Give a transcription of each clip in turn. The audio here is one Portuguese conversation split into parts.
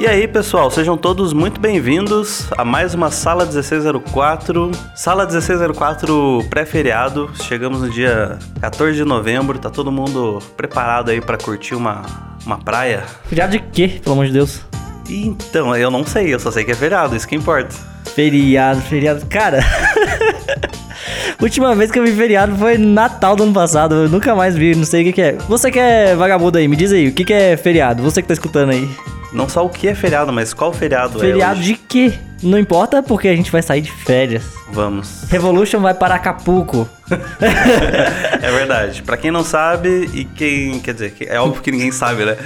E aí, pessoal, sejam todos muito bem-vindos a mais uma Sala 1604. Sala 1604 pré-feriado. Chegamos no dia 14 de novembro. Tá todo mundo preparado aí pra curtir uma praia? Feriado de quê, pelo amor de Deus? Então, eu não sei, eu só sei que é feriado, isso que importa. Feriado. Cara... Última vez que eu vi feriado foi Natal do ano passado. Eu nunca mais vi, não sei o que é. Você que é vagabundo aí, me diz aí, o que é feriado? Você que tá escutando aí. Não só o que é feriado, mas qual feriado é hoje? Feriado de quê? Não importa porque a gente vai sair de férias. Vamos. Revolution vai para Acapulco. É verdade. Pra quem não sabe, e quem... Quer dizer, é óbvio que ninguém sabe, né?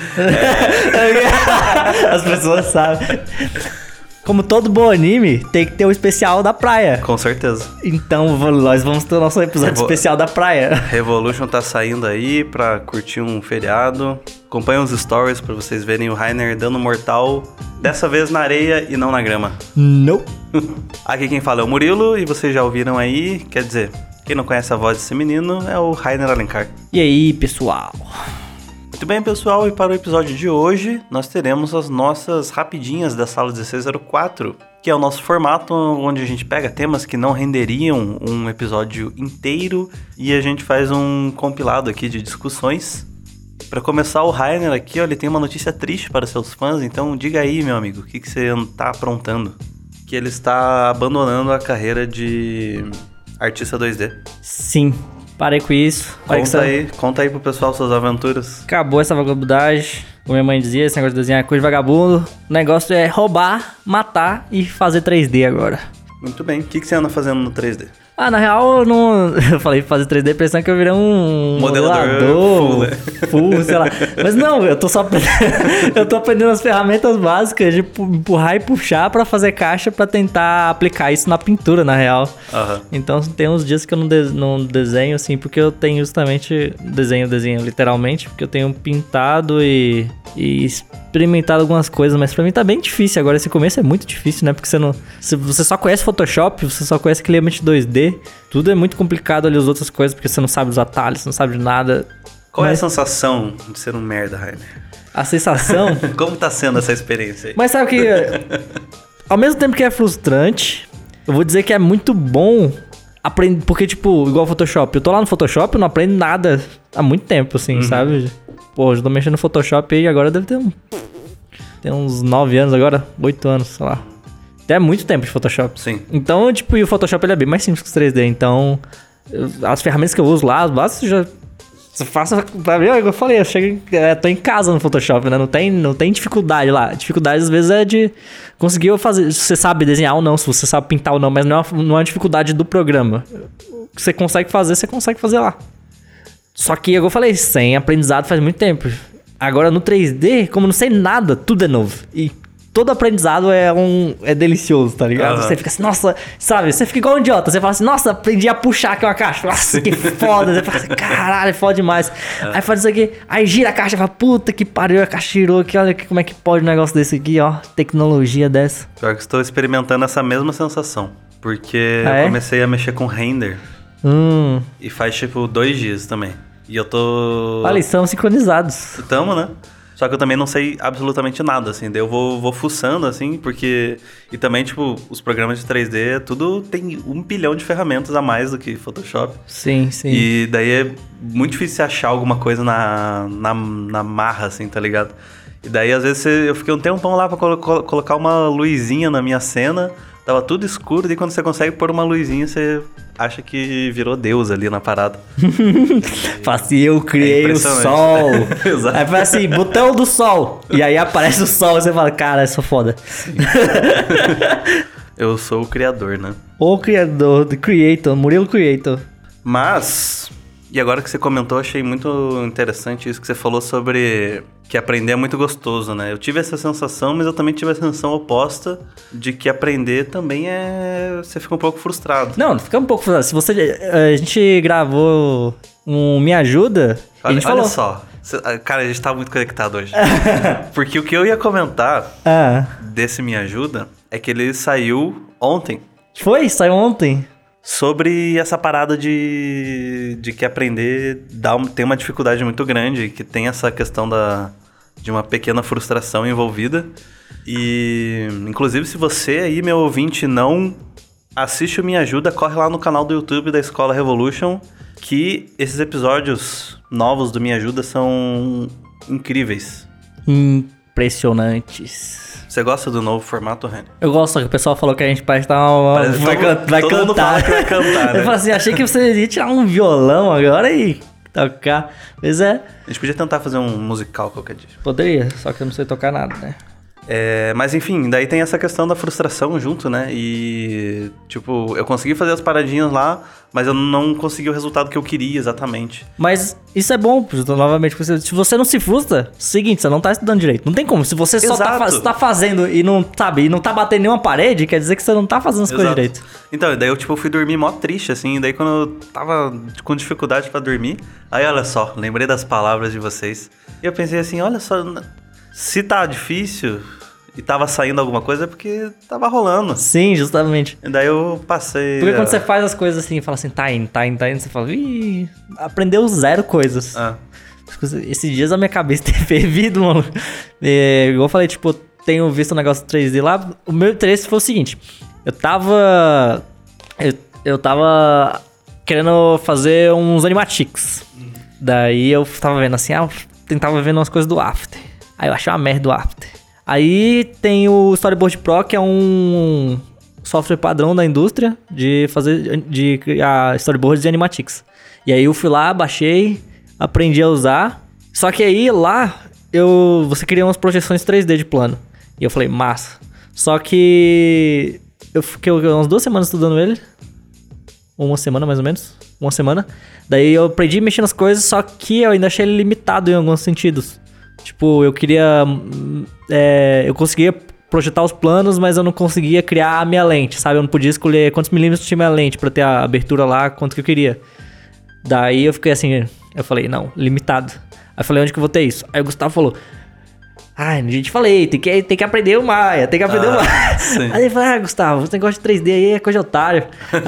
As pessoas sabem. Como todo bom anime, tem que ter um especial da praia. Com certeza. Então, nós vamos ter o nosso episódio especial da praia. Revolution tá saindo aí pra curtir um feriado. Acompanhem os stories pra vocês verem o Rainer dando mortal. Dessa vez na areia e não na grama. Não. Aqui quem fala é o Murilo e vocês já ouviram aí. Quer dizer, quem não conhece a voz desse menino é o Rainer Alencar. E aí, pessoal? Muito bem, pessoal, e para o episódio de hoje, nós teremos as nossas rapidinhas da Sala 1604, que é o nosso formato onde a gente pega temas que não renderiam um episódio inteiro e a gente faz um compilado aqui de discussões. Para começar, o Rainer aqui, ó, ele tem uma notícia triste para seus fãs, então diga aí, meu amigo, o que você está aprontando? Que ele está abandonando a carreira de artista 2D. Sim. Parei com isso. Conta aí pro pessoal suas aventuras. Acabou essa vagabundagem. Como minha mãe dizia, esse negócio de desenhar é coisa de vagabundo. O negócio é roubar, matar e fazer 3D agora. Muito bem. O que você anda fazendo no 3D? Ah, na real, eu não... Eu falei fazer 3D pensando que eu virei um modelador full, sei lá. Mas não, eu tô só eu tô aprendendo as ferramentas básicas de empurrar e puxar pra fazer caixa pra tentar aplicar isso na pintura, na real. Uhum. Então tem uns dias que eu não desenho, assim, porque eu tenho justamente... Desenho literalmente, porque eu tenho pintado e experimentado algumas coisas, mas pra mim tá bem difícil. Agora esse começo é muito difícil, né? Porque você só conhece Photoshop, você só conhece aquele ambiente 2D, tudo é muito complicado ali as outras coisas, porque você não sabe os atalhos, você não sabe de nada. Qual é a sensação de ser um merda, Rainer? A sensação... Como tá sendo essa experiência aí? Mas sabe que, ao mesmo tempo que é frustrante, eu vou dizer que é muito bom aprender, porque tipo, igual Photoshop, eu tô lá no Photoshop, eu não aprendo nada há muito tempo, assim, sabe? Pô, eu tô mexendo no Photoshop aí, agora deve ter tem uns 9 anos agora, 8 anos, sei lá. Até muito tempo de Photoshop. Sim. Então, tipo, e o Photoshop ele é bem mais simples que o 3D. Então, as ferramentas que eu uso lá, as bases já... Pra mim, eu falei, tô em casa no Photoshop, né? Não tem dificuldade lá. A dificuldade, às vezes, é de conseguir fazer... Se você sabe desenhar ou não, se você sabe pintar ou não, mas não é uma dificuldade do programa. O que você consegue fazer lá. Só que, eu falei, sem aprendizado faz muito tempo. Agora, no 3D, como eu não sei nada, tudo é novo. E todo aprendizado é delicioso, tá ligado? Uhum. Você fica assim, nossa, sabe? Você fica igual um idiota. Você fala assim, nossa, aprendi a puxar aqui uma caixa. Nossa, que foda. Você fala assim, caralho, é foda demais. Aí faz isso aqui, aí gira a caixa e fala, puta que pariu, a caixa girou aqui. Olha como é que pode um negócio desse aqui, ó. Tecnologia dessa. Pior que estou experimentando essa mesma sensação. Porque eu comecei a mexer com render. E faz tipo 2 dias também. E eu tô... Olha, estamos sincronizados. Tamo, né? Só que eu também não sei absolutamente nada, assim. Daí eu vou fuçando, assim, porque... E também, tipo, os programas de 3D, tudo tem 1 bilhão de ferramentas a mais do que Photoshop. Sim, sim. E daí é muito difícil você achar alguma coisa na marra, assim, tá ligado? E daí, às vezes, eu fiquei um tempão lá pra colocar uma luzinha na minha cena. Tava tudo escuro, daí quando você consegue pôr uma luzinha, você acha que virou Deus ali na parada. Fala assim, eu criei o sol. Exato. Aí fala assim, botão do sol. E aí aparece o sol e você fala, cara, eu sou foda. Eu sou o criador, né? O criador, the creator, Murilo Creator. Mas, e agora que você comentou, achei muito interessante isso que você falou sobre que aprender é muito gostoso, né? Eu tive essa sensação, mas eu também tive a sensação oposta de que aprender também você fica um pouco frustrado. Não fica um pouco frustrado. A gente gravou um Me Ajuda, a gente falou... Olha só, cara, a gente tá muito conectado hoje. Porque o que eu ia comentar desse Me Ajuda é que ele saiu ontem. Saiu ontem. Sobre essa parada de que aprender tem uma dificuldade muito grande, que tem essa questão de uma pequena frustração envolvida. E, inclusive, se você aí, meu ouvinte, não assiste o Me Ajuda, corre lá no canal do YouTube da Escola Revolution, que esses episódios novos do Me Ajuda são incríveis. Impressionantes. Você gosta do novo formato, Reni? Eu gosto, que o pessoal falou que a gente parece estar vai cantar. Todo mundo fala que vai cantar, né? Eu falei assim, achei que você ia tirar um violão agora e tocar. Mas A gente podia tentar fazer um musical qualquer dia. Poderia, só que eu não sei tocar nada, né? Mas enfim, daí tem essa questão da frustração junto, né? E, tipo, eu consegui fazer as paradinhas lá, mas eu não consegui o resultado que eu queria exatamente. Mas isso é bom, novamente, porque se você não se frustra, seguinte, você não tá estudando direito. Não tem como. Se você só tá fazendo e não, sabe, e não tá batendo nenhuma parede, quer dizer que você não tá fazendo as coisas direito. Então, daí eu, tipo, fui dormir mó triste, assim. Daí quando eu tava com dificuldade pra dormir, aí olha só, lembrei das palavras de vocês. E eu pensei assim, olha só, se tá difícil e tava saindo alguma coisa é porque tava rolando. Sim, justamente. E daí eu passei... Porque quando você faz as coisas assim, fala assim, tá indo, você fala, ih, aprendeu zero coisas. Esses dias a minha cabeça tem fervido, mano. Igual eu falei, tipo, eu tenho visto um negócio 3D lá. O meu interesse foi o seguinte, eu tava querendo fazer uns animatics. Daí eu tava vendo assim, tentava vendo umas coisas do After. Aí eu achei uma merda do After. Aí tem o Storyboard Pro, que é um software padrão da indústria de criar storyboards e animatics. E aí eu fui lá, baixei, aprendi a usar. Só que aí lá você cria umas projeções 3D de plano. E eu falei, massa. Só que eu fiquei umas 2 semanas estudando ele. Uma semana mais ou menos. Uma semana. Daí eu aprendi a mexer nas coisas, só que eu ainda achei ele limitado em alguns sentidos. Tipo, eu queria... eu conseguia projetar os planos, mas eu não conseguia criar a minha lente, sabe? Eu não podia escolher quantos milímetros tinha minha lente pra ter a abertura lá, quanto que eu queria. Daí eu fiquei assim... Eu falei, não, limitado. Aí eu falei, onde que eu vou ter isso? Aí o Gustavo falou... a gente falei, tem que aprender o Maya, tem que aprender o Maya. Sim. Aí ele falou, Gustavo, esse negócio de 3D aí é coisa de otário.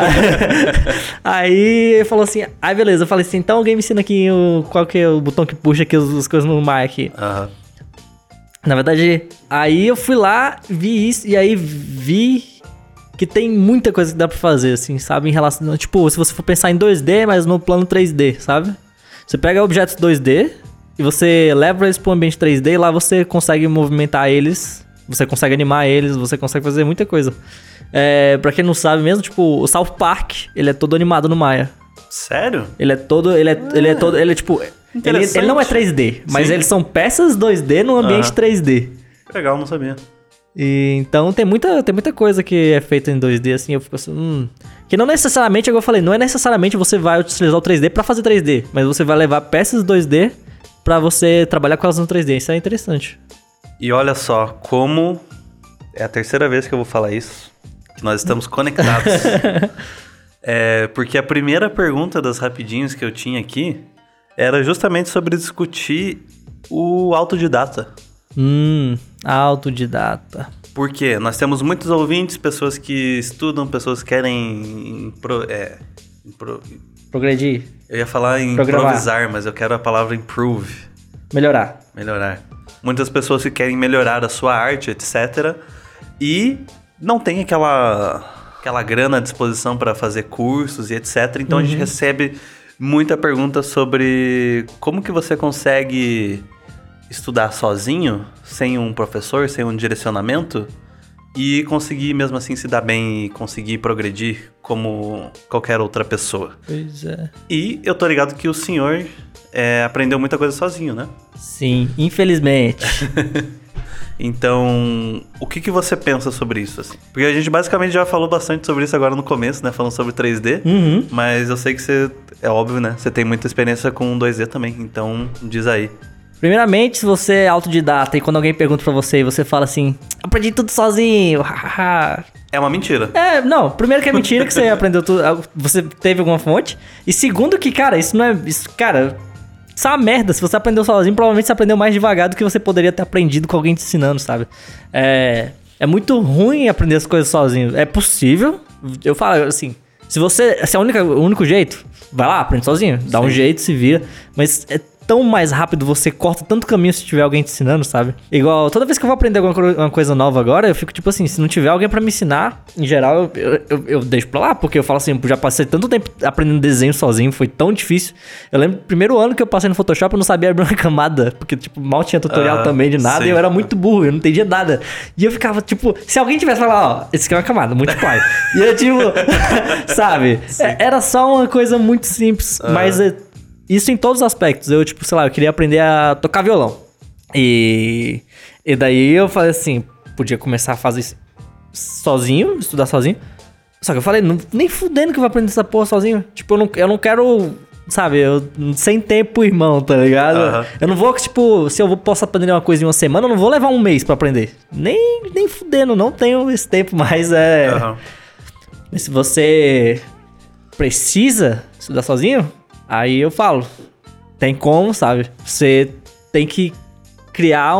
Aí ele falou assim, beleza. Eu falei assim, então alguém me ensina aqui qual que é o botão que puxa aqui as coisas no Maya aqui. Na verdade, aí eu fui lá, vi isso, e aí vi que tem muita coisa que dá pra fazer, assim, sabe? Em relação, tipo, se você for pensar em 2D, mas no plano 3D, sabe? Você pega objetos 2D... e você leva eles para um ambiente 3D e lá você consegue movimentar eles, você consegue animar eles, você consegue fazer muita coisa. Pra quem não sabe mesmo, tipo, o South Park, ele é todo animado no Maya. Sério? Ele é tipo... Ele não é 3D, mas eles são peças 2D num ambiente 3D. Legal, não sabia. E, então tem muita coisa que é feita em 2D, assim, eu fico assim... Que não necessariamente, como eu falei, não é necessariamente você vai utilizar o 3D pra fazer 3D, mas você vai levar peças 2D... pra você trabalhar com elas no 3D. Isso é interessante. E olha só, como... é a terceira vez que eu vou falar isso. Que nós estamos conectados. Porque a primeira pergunta das rapidinhos que eu tinha aqui... era justamente sobre discutir o autodidata. Autodidata. Por quê? Nós temos muitos ouvintes, pessoas que estudam, pessoas que querem... progredir. Eu ia falar em improvisar, mas eu quero a palavra improve. Melhorar. Muitas pessoas que querem melhorar a sua arte, etc. E não tem aquela grana à disposição para fazer cursos e etc. Então a gente recebe muita pergunta sobre como que você consegue estudar sozinho, sem um professor, sem um direcionamento, e conseguir mesmo assim se dar bem e conseguir progredir como qualquer outra pessoa. Pois é. E eu tô ligado que o senhor aprendeu muita coisa sozinho, né? Sim, infelizmente. Então, o que você pensa sobre isso, assim? Porque a gente basicamente já falou bastante sobre isso agora no começo, né? Falando sobre 3D. Mas eu sei que você, é óbvio, né? Você tem muita experiência com 2D também, então diz aí. Primeiramente, se você é autodidata e quando alguém pergunta pra você e você fala assim, aprendi tudo sozinho, é uma mentira. Não, primeiro que é mentira que você aprendeu tudo, você teve alguma fonte. E segundo que, cara, isso é uma merda. Se você aprendeu sozinho, provavelmente você aprendeu mais devagar do que você poderia ter aprendido com alguém te ensinando, sabe? É muito ruim aprender as coisas sozinho. É possível, eu falo assim, se é o único jeito, vai lá, aprende sozinho, dá um jeito, se vira. Mas é tão mais rápido, você corta tanto caminho se tiver alguém te ensinando, sabe? Igual, toda vez que eu vou aprender alguma coisa nova agora, eu fico tipo assim, se não tiver alguém pra me ensinar, em geral, eu deixo pra lá, porque eu falo assim, já passei tanto tempo aprendendo desenho sozinho, foi tão difícil. Eu lembro, primeiro ano que eu passei no Photoshop, eu não sabia abrir uma camada, porque, tipo, mal tinha tutorial também de nada, sim. e eu era muito burro, eu não entendia nada. E eu ficava, tipo, se alguém tivesse falado, ó, esse aqui é uma camada, multiply. E eu, tipo, sabe? Era só uma coisa muito simples, mas isso em todos os aspectos. Eu, tipo, sei lá, eu queria aprender a tocar violão. E daí eu falei assim, podia começar a fazer isso sozinho, estudar sozinho. Só que eu falei, nem fudendo que eu vou aprender essa porra sozinho. Tipo, eu não quero, sabe, sem tempo, irmão, tá ligado? Eu não vou, tipo, se eu posso aprender uma coisa em uma semana, eu não vou levar um mês pra aprender. Nem fudendo, não tenho esse tempo, mas Mas se você precisa estudar sozinho, aí eu falo, tem como, sabe? Você tem que criar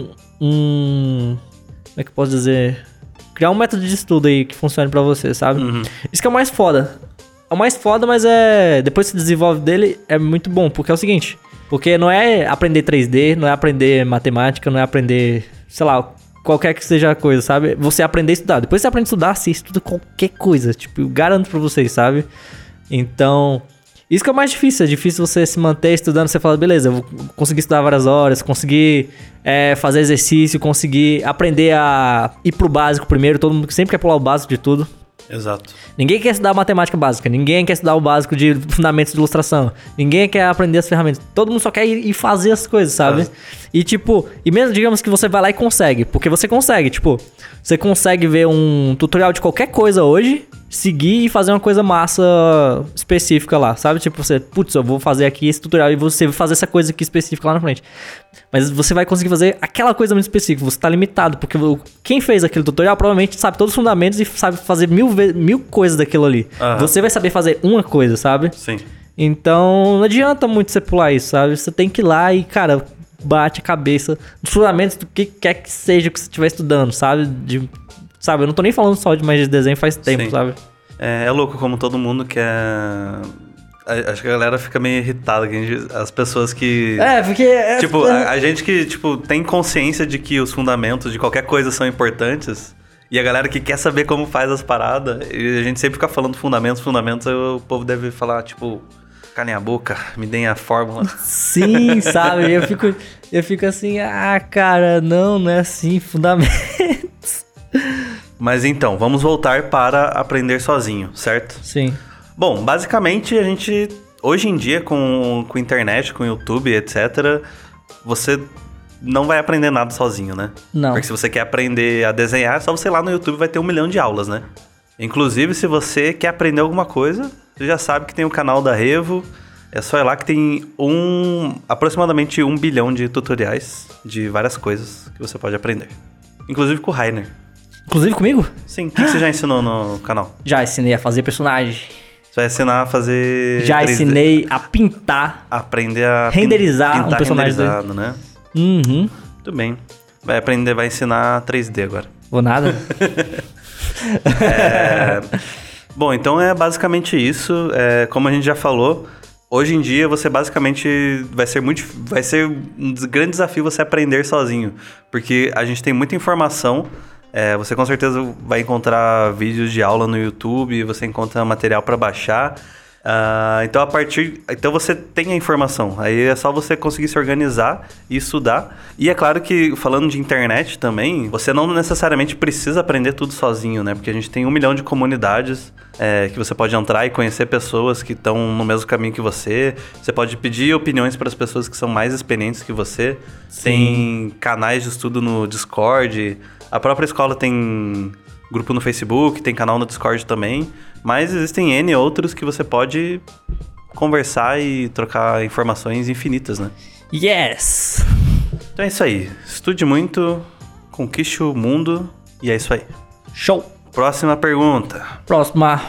como é que eu posso dizer? Criar um método de estudo aí que funcione pra você, sabe? Isso que é o mais foda. É o mais foda, mas depois que você desenvolve dele, é muito bom. Porque é o seguinte, porque não é aprender 3D, não é aprender matemática, não é aprender, sei lá, qualquer que seja a coisa, sabe? Você aprender a estudar. Depois que você aprende a estudar, você estuda qualquer coisa. Tipo, eu garanto pra vocês, sabe? Então, isso que é o mais difícil. É difícil você se manter estudando. Você fala, beleza, eu vou conseguir estudar várias horas, conseguir fazer exercício, conseguir aprender a ir pro básico primeiro. Todo mundo sempre quer pular o básico de tudo. Exato. Ninguém quer estudar matemática básica, ninguém quer estudar o básico de fundamentos de ilustração, ninguém quer aprender as ferramentas, todo mundo só quer ir fazer as coisas, sabe? E tipo, e mesmo digamos que você vai lá e consegue, porque você consegue, tipo, você consegue ver um tutorial de qualquer coisa hoje, seguir e fazer uma coisa massa específica lá, sabe? Tipo, você, putz, eu vou fazer aqui esse tutorial e você vai fazer essa coisa aqui específica lá na frente. Mas você vai conseguir fazer aquela coisa muito específica, você tá limitado, porque quem fez aquele tutorial provavelmente sabe todos os fundamentos e sabe fazer mil coisas daquilo ali. Você vai saber fazer uma coisa, sabe? Sim. Então, não adianta muito você pular isso, sabe? Você tem que ir lá e, cara, bate a cabeça nos fundamentos do que quer que seja que você estiver estudando, sabe? Sabe, eu não tô nem falando só de mais de desenho faz tempo, sabe? É louco como todo mundo quer... Acho que a galera fica meio irritada, as pessoas que... porque... Tipo, a gente que, tipo, tem consciência de que os fundamentos de qualquer coisa são importantes, e a galera que quer saber como faz as paradas, e a gente sempre fica falando fundamentos, aí o povo deve falar, tipo, calem a boca, me deem a fórmula. Sim, sabe? Eu fico assim, cara, não é assim, fundamentos... Mas então, vamos voltar para aprender sozinho, certo? Sim. Bom, basicamente a gente, hoje em dia, com internet, com YouTube, etc., você não vai aprender nada sozinho, né? Não. Porque se você quer aprender a desenhar, é só você ir lá no YouTube, vai ter 1 milhão de aulas, né? Inclusive, se você quer aprender alguma coisa, você já sabe que tem o canal da Revo, é só ir lá que tem aproximadamente 1 bilhão de tutoriais de várias coisas que você pode aprender. Inclusive com o Rainer. Inclusive comigo? Sim, o que você já ensinou no canal? Já ensinei a fazer personagem. Você vai ensinar a fazer... Já 3D. Ensinei a pintar. Aprender a... renderizar um personagem renderizado, né? Muito bem. Vai ensinar 3D agora. Vou nada. Bom, então é basicamente isso. Como a gente já falou, hoje em dia você basicamente vai ser um grande desafio você aprender sozinho. Porque a gente tem muita informação. Você com certeza vai encontrar vídeos de aula no YouTube, você encontra material para baixar. Então você tem a informação. Aí é só você conseguir se organizar e estudar. E é claro que, falando de internet também, você não necessariamente precisa aprender tudo sozinho, né? Porque a gente tem 1 milhão de comunidades que você pode entrar e conhecer pessoas que estão no mesmo caminho que você. Você pode pedir opiniões para as pessoas que são mais experientes que você. Sim. Tem canais de estudo no Discord. A própria escola tem grupo no Facebook, tem canal no Discord também. Mas existem N outros que você pode conversar e trocar informações infinitas, né? Yes! Então é isso aí. Estude muito, conquiste o mundo e é isso aí. Show! Próxima pergunta. Próxima.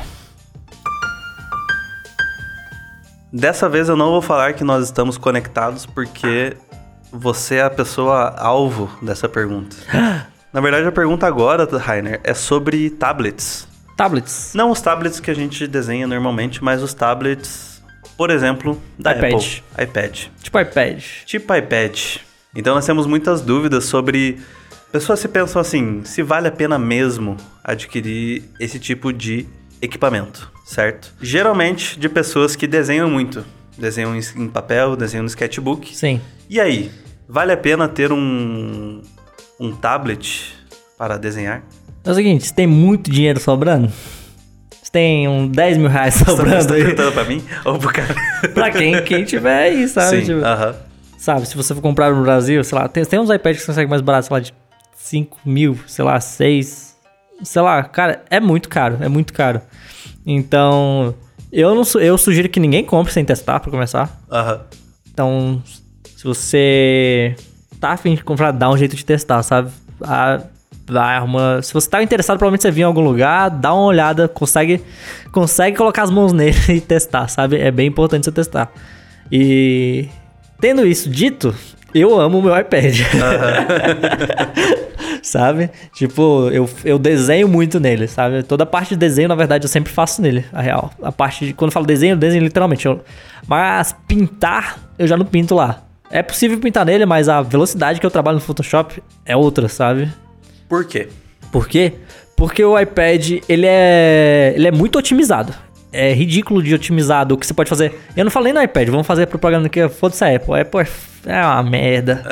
Dessa vez eu não vou falar que nós estamos conectados porque você é a pessoa alvo dessa pergunta. Na verdade, a pergunta agora, Rainer, é sobre tablets. Tablets? Não os tablets que a gente desenha normalmente, mas os tablets Por exemplo, da iPad. Apple. iPad. Tipo iPad. Tipo iPad. Então nós temos muitas dúvidas sobre... Pessoas se pensam assim, se vale a pena mesmo adquirir esse tipo de equipamento, certo? Geralmente de pessoas que desenham muito. Desenham em papel, desenham no sketchbook. Sim. E aí, vale a pena ter um tablet para desenhar? É o seguinte, você tem muito dinheiro sobrando? Você tem uns 10 mil reais sobrando Você tá aí? perguntando pra mim? Ou pro cara? Pra quem tiver aí, sabe? Sim, Tipo, sabe, se você for comprar no Brasil, sei lá, tem uns iPads que você consegue mais barato, sei lá, de 5 mil, sei lá, 6, sei lá, cara, é muito caro. Então, eu sugiro que ninguém compre sem testar, pra começar. Então, se você tá a fim de comprar, dá um jeito de testar, sabe? Se você tá interessado, provavelmente você viu em algum lugar, dá uma olhada, consegue colocar as mãos nele e testar, sabe? É bem importante você testar. E tendo isso dito, eu amo o meu iPad. Sabe? Tipo, eu desenho muito nele, sabe? Toda a parte de desenho, na verdade, eu sempre faço nele, a real. A parte de... Quando eu falo desenho, eu desenho literalmente. Mas pintar, eu já não pinto lá. É possível pintar nele, mas a velocidade que eu trabalho no Photoshop é outra, sabe? Por quê? Por quê? Porque o iPad, ele é muito otimizado. É ridículo de otimizado o que você pode fazer. Eu não falei no iPad, vamos fazer propaganda aqui, foda-se a Apple. A Apple é uma merda.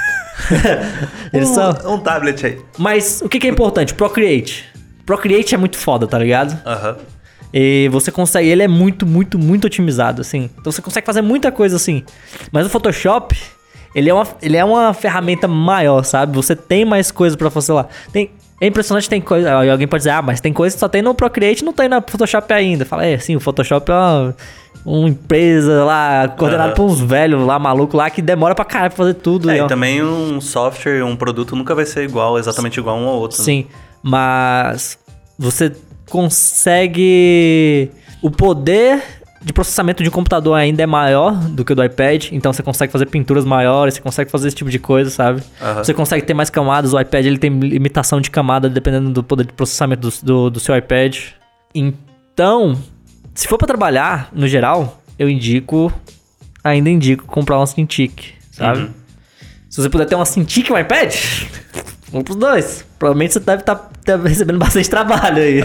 Um tablet aí. Mas o que é importante? Procreate. Procreate é muito foda, tá ligado? E você consegue... Ele é muito, muito, muito otimizado, assim. Então você consegue fazer muita coisa assim. Mas o Photoshop... Ele é uma ferramenta maior, sabe? Você tem mais coisa pra fazer lá. É impressionante, tem coisa... Alguém pode dizer, mas tem coisa que só tem no Procreate e não tem no Photoshop ainda. Fala, sim, o Photoshop é uma empresa lá, coordenada por uns velhos lá, malucos lá, que demora pra caralho pra fazer tudo. E também um software, um produto nunca vai ser exatamente igual um ao outro. Sim, né? Mas você consegue... O poder de processamento de um computador ainda é maior do que o do iPad, então você consegue fazer pinturas maiores, você consegue fazer esse tipo de coisa, sabe? Você consegue ter mais camadas, o iPad ele tem limitação de camada dependendo do poder de processamento do seu iPad. Então, se for pra trabalhar, no geral, eu ainda indico comprar uma Cintiq, sabe? Se você puder ter uma Cintiq e um iPad, vamos pros dois. Provavelmente você deve estar recebendo bastante trabalho aí.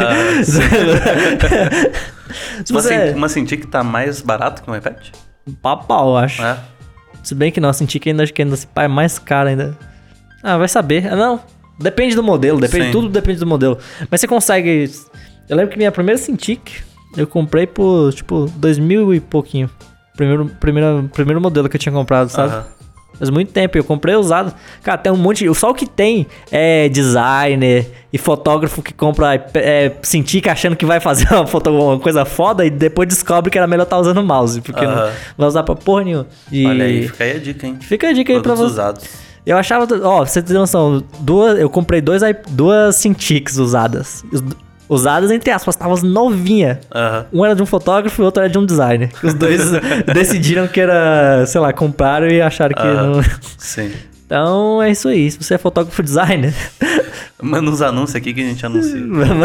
Uma Cintiq tá mais barato que um iPad? Pau, eu acho. Se bem que não, a Cintiq ainda acho que é mais cara ainda. Vai saber. Não, depende do modelo, tudo depende do modelo. Mas você consegue... Eu lembro que minha primeira Cintiq, eu comprei por, tipo, 2.000 e pouquinho. Primeiro modelo que eu tinha comprado, sabe? Faz muito tempo, eu comprei usado. Cara, tem um monte... Só o que tem é designer e fotógrafo que compra Cintiq achando que vai fazer uma coisa foda e depois descobre que era melhor estar usando o mouse, porque não vai usar pra porra nenhuma. Olha aí, fica aí a dica, hein? Fica a dica aí pra você. Usados. Eu achava... você tem noção, eu comprei duas Cintiqs usadas. Usadas, entre aspas, estavam novinha. Um era de um fotógrafo e o outro era de um designer. Os dois decidiram que era, sei lá, compraram e acharam que não... Sim. Então, é isso aí. Se você é fotógrafo designer... Manda uns anúncios aqui que a gente anuncia.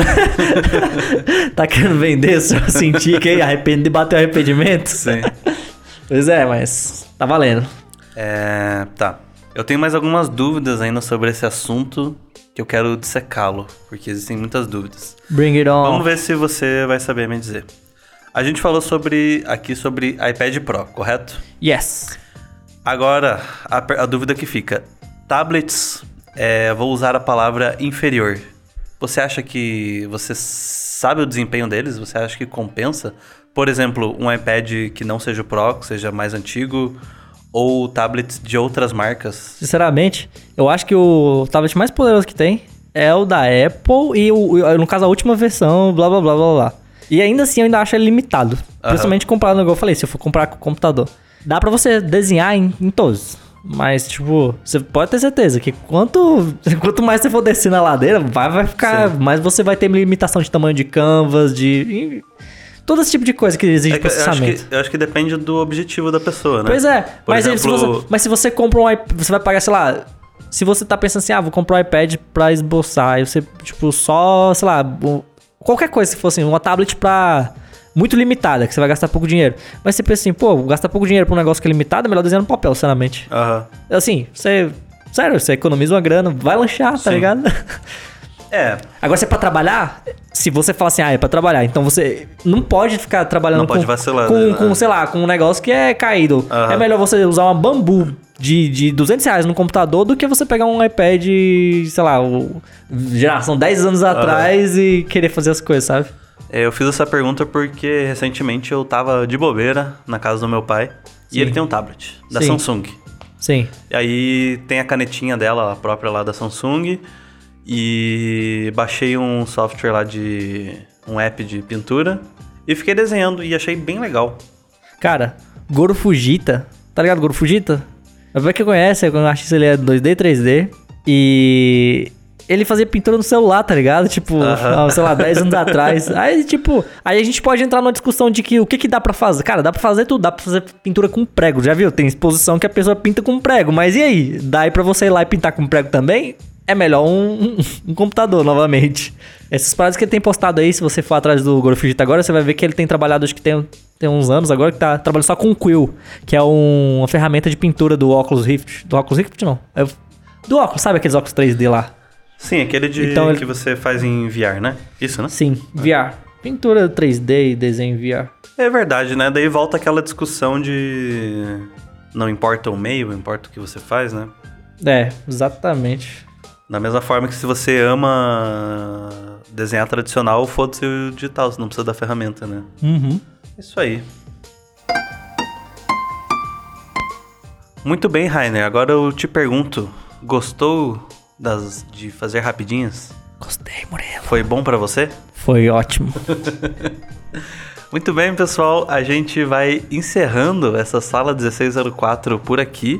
Tá querendo vender só Cintiq aí? Bateu arrependimento? Sim. Pois é, mas tá valendo. Tá. Eu tenho mais algumas dúvidas ainda sobre esse assunto... que eu quero dissecá-lo, porque existem muitas dúvidas. Bring it on. Vamos ver se você vai saber me dizer. A gente falou aqui sobre iPad Pro, correto? Yes. Agora, a dúvida que fica. Tablets, vou usar a palavra inferior. Você acha que você sabe o desempenho deles? Você acha que compensa? Por exemplo, um iPad que não seja o Pro, que seja mais antigo... ou tablets de outras marcas? Sinceramente, eu acho que o tablet mais poderoso que tem é o da Apple e, no caso, a última versão, blá, blá, blá, blá, blá. E ainda assim, eu ainda acho ele limitado. Principalmente comparado, igual eu falei, se eu for comprar com o computador. Dá pra você desenhar em todos. Mas, tipo, você pode ter certeza que quanto mais você for descer na ladeira, vai ficar... Sim. Mais você vai ter limitação de tamanho de canvas, todo esse tipo de coisa que exige processamento. Eu acho que depende do objetivo da pessoa, né? Pois é. Mas se você compra um iPad, você vai pagar, sei lá... Se você tá pensando assim, vou comprar um iPad pra esboçar. Aí você, tipo, só, sei lá... Qualquer coisa, se fosse uma tablet pra muito limitada, que você vai gastar pouco dinheiro. Mas você pensa assim, pô, gastar pouco dinheiro pra um negócio que é limitado, é melhor desenhar no papel, sinceramente. Aham. Assim, sério, você economiza uma grana, vai lanchar, tá Sim. ligado? É, Agora, se é pra trabalhar, se você fala assim, é pra trabalhar, então você não pode ficar trabalhando Não pode vacilar, com, né? com, sei lá, com um negócio que é caído. Aham. É melhor você usar uma bambu de R$200 no computador do que você pegar um iPad, sei lá, geração 10 anos atrás e querer fazer as coisas, sabe? eu fiz essa pergunta porque recentemente eu tava de bobeira na casa do meu pai. Sim. E ele tem um tablet da Sim. Samsung. Sim. E aí tem a canetinha dela, a própria lá da Samsung. E baixei um software lá um app de pintura. E fiquei desenhando e achei bem legal. Cara, Goro Fujita, tá ligado Goro Fujita? Pra quem conhece, eu acho que ele é 2D e 3D. E ele fazia pintura no celular, tá ligado? Tipo, sei lá, 10 anos atrás. Aí, tipo, aí a gente pode entrar numa discussão de que o que dá pra fazer. Cara, dá pra fazer tudo, dá pra fazer pintura com prego. Já viu? Tem exposição que a pessoa pinta com prego. Mas e aí? Dá aí pra você ir lá e pintar com prego também? É melhor um computador, novamente. Essas paradas que ele tem postado aí, se você for atrás do Goro Fujita agora, você vai ver que ele tem trabalhado, acho que tem uns anos agora, que tá trabalhando só com o Quill, que é uma ferramenta de pintura do Oculus Rift. Do Oculus Rift, não. Do óculos, sabe aqueles óculos 3D lá? Sim, aquele Então, que você faz em VR, né? Isso, né? Sim, VR. Pintura 3D e desenho VR. É verdade, né? Daí volta aquela discussão de... Não importa o meio, importa o que você faz, né? É, exatamente. Da mesma forma que se você ama desenhar tradicional, foda-se o digital, você não precisa da ferramenta, né? Uhum. Isso aí. Muito bem, Rainer. Agora eu te pergunto, gostou de fazer rapidinhas? Gostei, Murilo. Foi bom pra você? Foi ótimo. Muito bem, pessoal. A gente vai encerrando essa sala 1604 por aqui.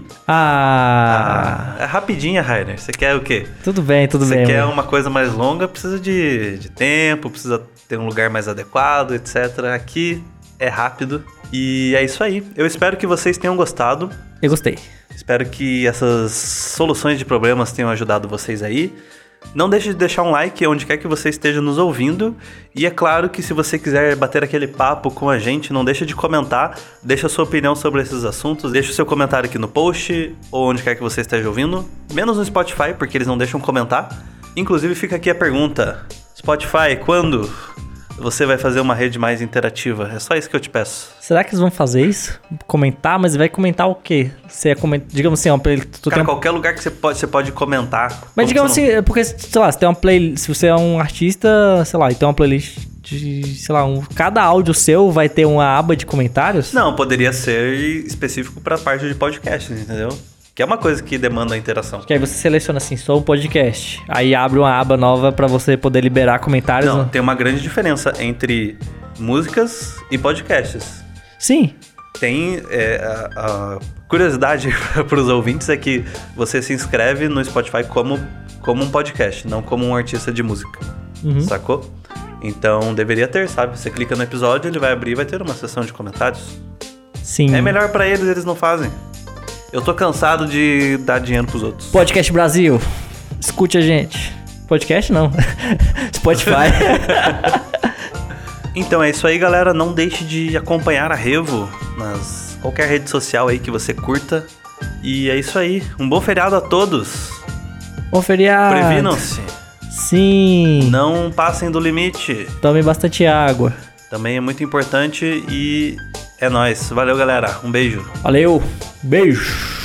É rapidinha, Rainer. Você quer o quê? Tudo bem. Você quer mano. uma coisa mais longa, precisa de tempo, precisa ter um lugar mais adequado, etc. Aqui é rápido. E é isso aí. Eu espero que vocês tenham gostado. Eu gostei. Espero que essas soluções de problemas tenham ajudado vocês aí. Não deixe de deixar um like onde quer que você esteja nos ouvindo. E é claro que se você quiser bater aquele papo com a gente, não deixe de comentar. Deixa a sua opinião sobre esses assuntos. Deixa o seu comentário aqui no post ou onde quer que você esteja ouvindo. Menos no Spotify, porque eles não deixam comentar. Inclusive fica aqui a pergunta. Spotify, quando você vai fazer uma rede mais interativa? É só isso que eu te peço. Será que eles vão fazer isso? Comentar? Mas vai comentar o quê? Você é digamos assim, Cara, qualquer lugar que você pode comentar. Mas digamos assim, porque, sei lá, se tem uma se você é um artista, sei lá, e tem uma playlist de, sei lá, cada áudio seu vai ter uma aba de comentários? Não, poderia ser específico pra parte de podcasts, entendeu? Que é uma coisa que demanda a interação. Que aí você seleciona assim, sou um podcast. Aí abre uma aba nova pra você poder liberar comentários. Não, tem uma grande diferença entre músicas e podcasts. Sim. Tem a curiosidade para os ouvintes é que você se inscreve no Spotify como um podcast, não como um artista de música. Sacou? Então deveria ter, sabe? Você clica no episódio, ele vai abrir e vai ter uma seção de comentários. Sim. É melhor pra eles não fazem. Eu tô cansado de dar dinheiro pros outros. Podcast Brasil, escute a gente. Podcast não. Spotify. Então é isso aí, galera. Não deixe de acompanhar a Revo nas qualquer rede social aí que você curta. E é isso aí. Um bom feriado a todos. Bom feriado. Previnam-se. Sim. Não passem do limite. Tome bastante água. Também é muito importante e é nóis. Valeu, galera. Um beijo. Valeu. Beijo.